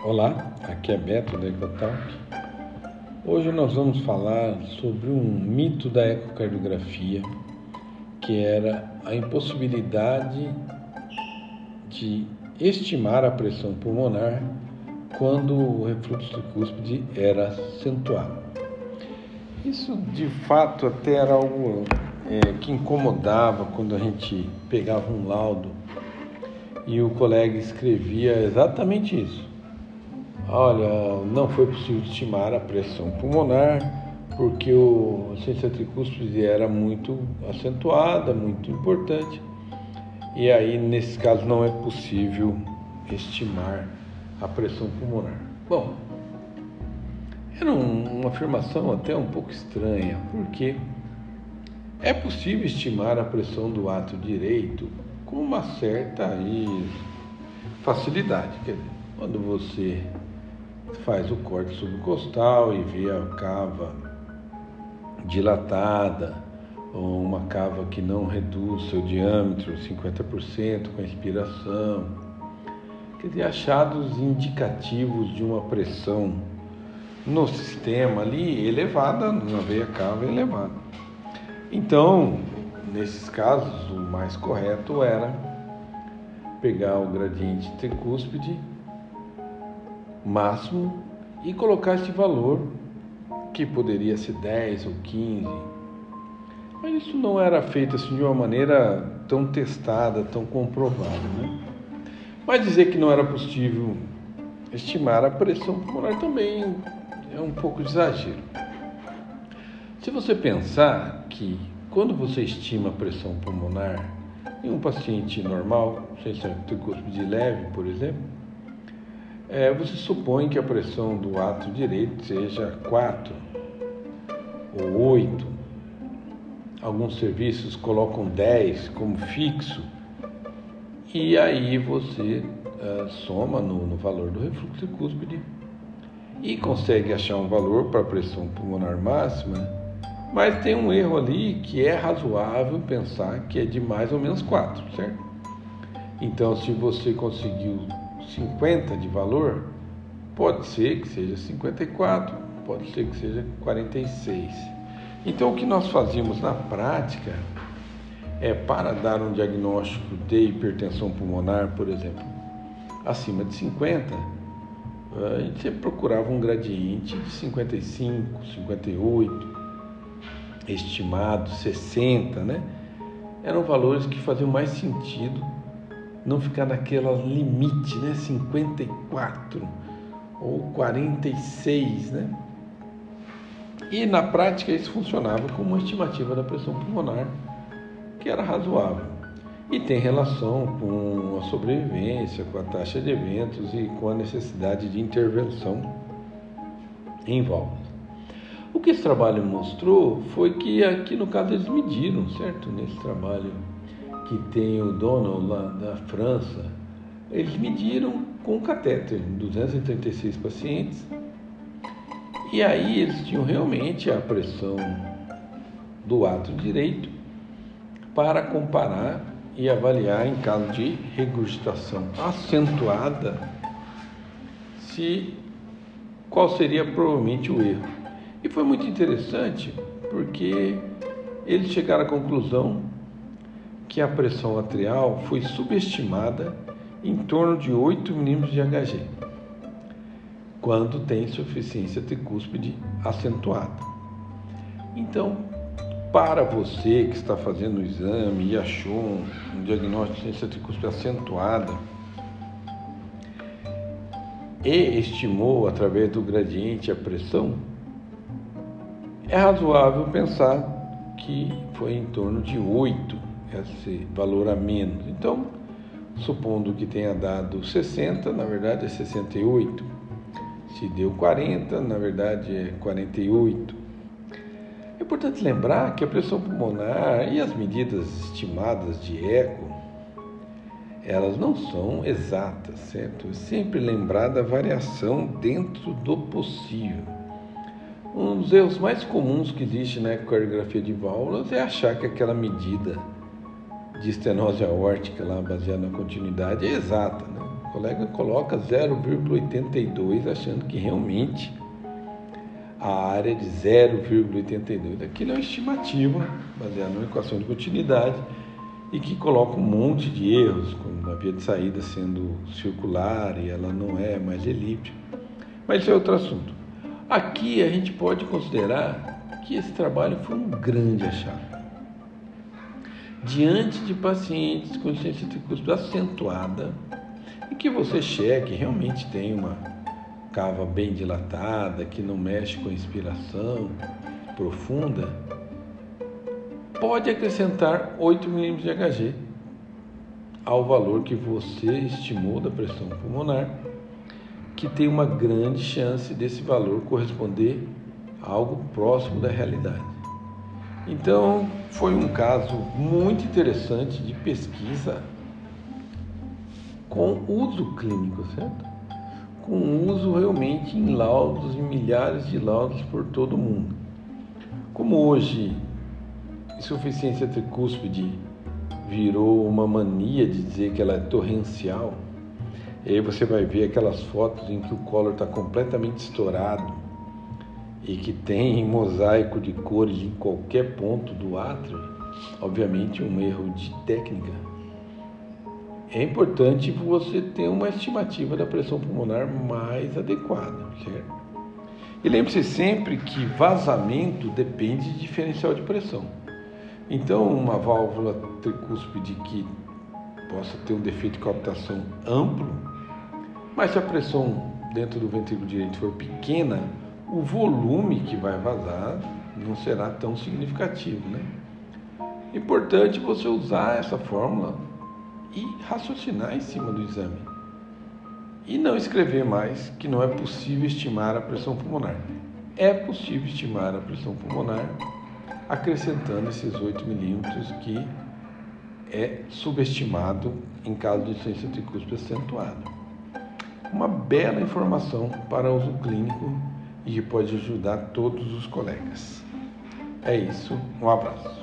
Olá, aqui é Beto da Ecotalk. Hoje nós vamos falar sobre um mito da ecocardiografia, que era a impossibilidade de estimar a pressão pulmonar quando o refluxo tricúspide era acentuado. Isso de fato até era algo que incomodava quando a gente pegava um laudo e o colega escrevia exatamente isso. Olha, não foi possível estimar a pressão pulmonar porque a ciência tricúspide era muito acentuada, muito importante, e aí nesse caso não é possível estimar a pressão pulmonar. Bom, era uma afirmação até um pouco estranha, porque é possível estimar a pressão do átrio direito com uma certa facilidade. Quer dizer, quando você faz o corte subcostal e vê a cava dilatada, ou uma cava que não reduz seu diâmetro 50% com a inspiração, quer dizer, achados indicativos de uma pressão no sistema ali elevada, na veia cava elevada. Então, nesses casos, o mais correto era pegar o gradiente tricúspide máximo e colocar esse valor, que poderia ser 10 ou 15, mas isso não era feito assim de uma maneira tão testada, tão comprovada, né? Mas dizer que não era possível estimar a pressão pulmonar também é um pouco de exagero. Se você pensar que quando você estima a pressão pulmonar em um paciente normal, ciência tricúspide leve, por exemplo, você supõe que a pressão do átrio direito seja 4 ou 8. Alguns serviços colocam 10 como fixo, e aí você soma no valor do refluxo tricúspide e consegue achar um valor para a pressão pulmonar máxima, mas tem um erro ali que é razoável pensar que é de mais ou menos 4, certo? Então, se você conseguiu 50 de valor, pode ser que seja 54, pode ser que seja 46. Então, o que nós fazíamos na prática para dar um diagnóstico de hipertensão pulmonar, por exemplo, acima de 50, a gente sempre procurava um gradiente de 55, 58, estimado 60, né? Eram valores que faziam mais sentido não ficar naquela limite, né? 54 ou 46, né? E na prática isso funcionava como uma estimativa da pressão pulmonar, que era razoável. E tem relação com a sobrevivência, com a taxa de eventos e com a necessidade de intervenção em válvulas. O que esse trabalho mostrou foi que aqui no caso eles mediram, certo? Nesse trabalho que tem o Donald lá da França, eles mediram com catéter 236 pacientes, e aí eles tinham realmente a pressão do átrio direito para comparar e avaliar em caso de regurgitação acentuada qual seria provavelmente o erro. E foi muito interessante porque eles chegaram à conclusão que a pressão atrial foi subestimada em torno de 8 milímetros de Hg, quando tem insuficiência tricúspide acentuada. Então, para você que está fazendo o exame e achou um diagnóstico de insuficiência tricúspide acentuada e estimou através do gradiente a pressão, é razoável pensar que foi em torno de 8, esse valor a menos. Então, supondo que tenha dado 60, na verdade é 68. Se deu 40, na verdade é 48. É importante lembrar que a pressão pulmonar e as medidas estimadas de eco, elas não são exatas, certo? É sempre lembrada a variação dentro do possível. Um dos erros mais comuns que existe na ecocardiografia de válvulas é achar que aquela medida de estenose aórtica lá, baseada na continuidade, é exata, né? O colega coloca 0,82 achando que realmente a área é de 0,82. Aquilo é uma estimativa baseada numa equação de continuidade e que coloca um monte de erros, como a via de saída sendo circular e ela não é mais elíptica. Mas isso é outro assunto. Aqui a gente pode considerar que esse trabalho foi um grande achado. Diante de pacientes com insuficiência tricúspide acentuada, e que você cheque realmente tem uma cava bem dilatada, que não mexe com a inspiração profunda, pode acrescentar 8 milímetros de Hg ao valor que você estimou da pressão pulmonar, que tem uma grande chance desse valor corresponder a algo próximo da realidade. Então, foi um caso muito interessante de pesquisa com uso clínico, certo? Com uso realmente em laudos, em milhares de laudos por todo o mundo. Como hoje insuficiência tricúspide virou uma mania de dizer que ela é torrencial, e aí você vai ver aquelas fotos em que o cólon está completamente estourado e que tem mosaico de cores em qualquer ponto do átrio, obviamente um erro de técnica. É importante você ter uma estimativa da pressão pulmonar mais adequada, certo? E lembre-se sempre que vazamento depende de diferencial de pressão. Então, uma válvula tricúspide que possa ter um defeito de coaptação amplo, mas se a pressão dentro do ventrículo direito for pequena, o volume que vai vazar não será tão significativo, né? Importante você usar essa fórmula e raciocinar em cima do exame. E não escrever mais que não é possível estimar a pressão pulmonar. É possível estimar a pressão pulmonar acrescentando esses 8 milímetros que é subestimado em caso de insuficiência tricúspide acentuada. Uma bela informação para uso clínico e que pode ajudar todos os colegas. É isso, um abraço.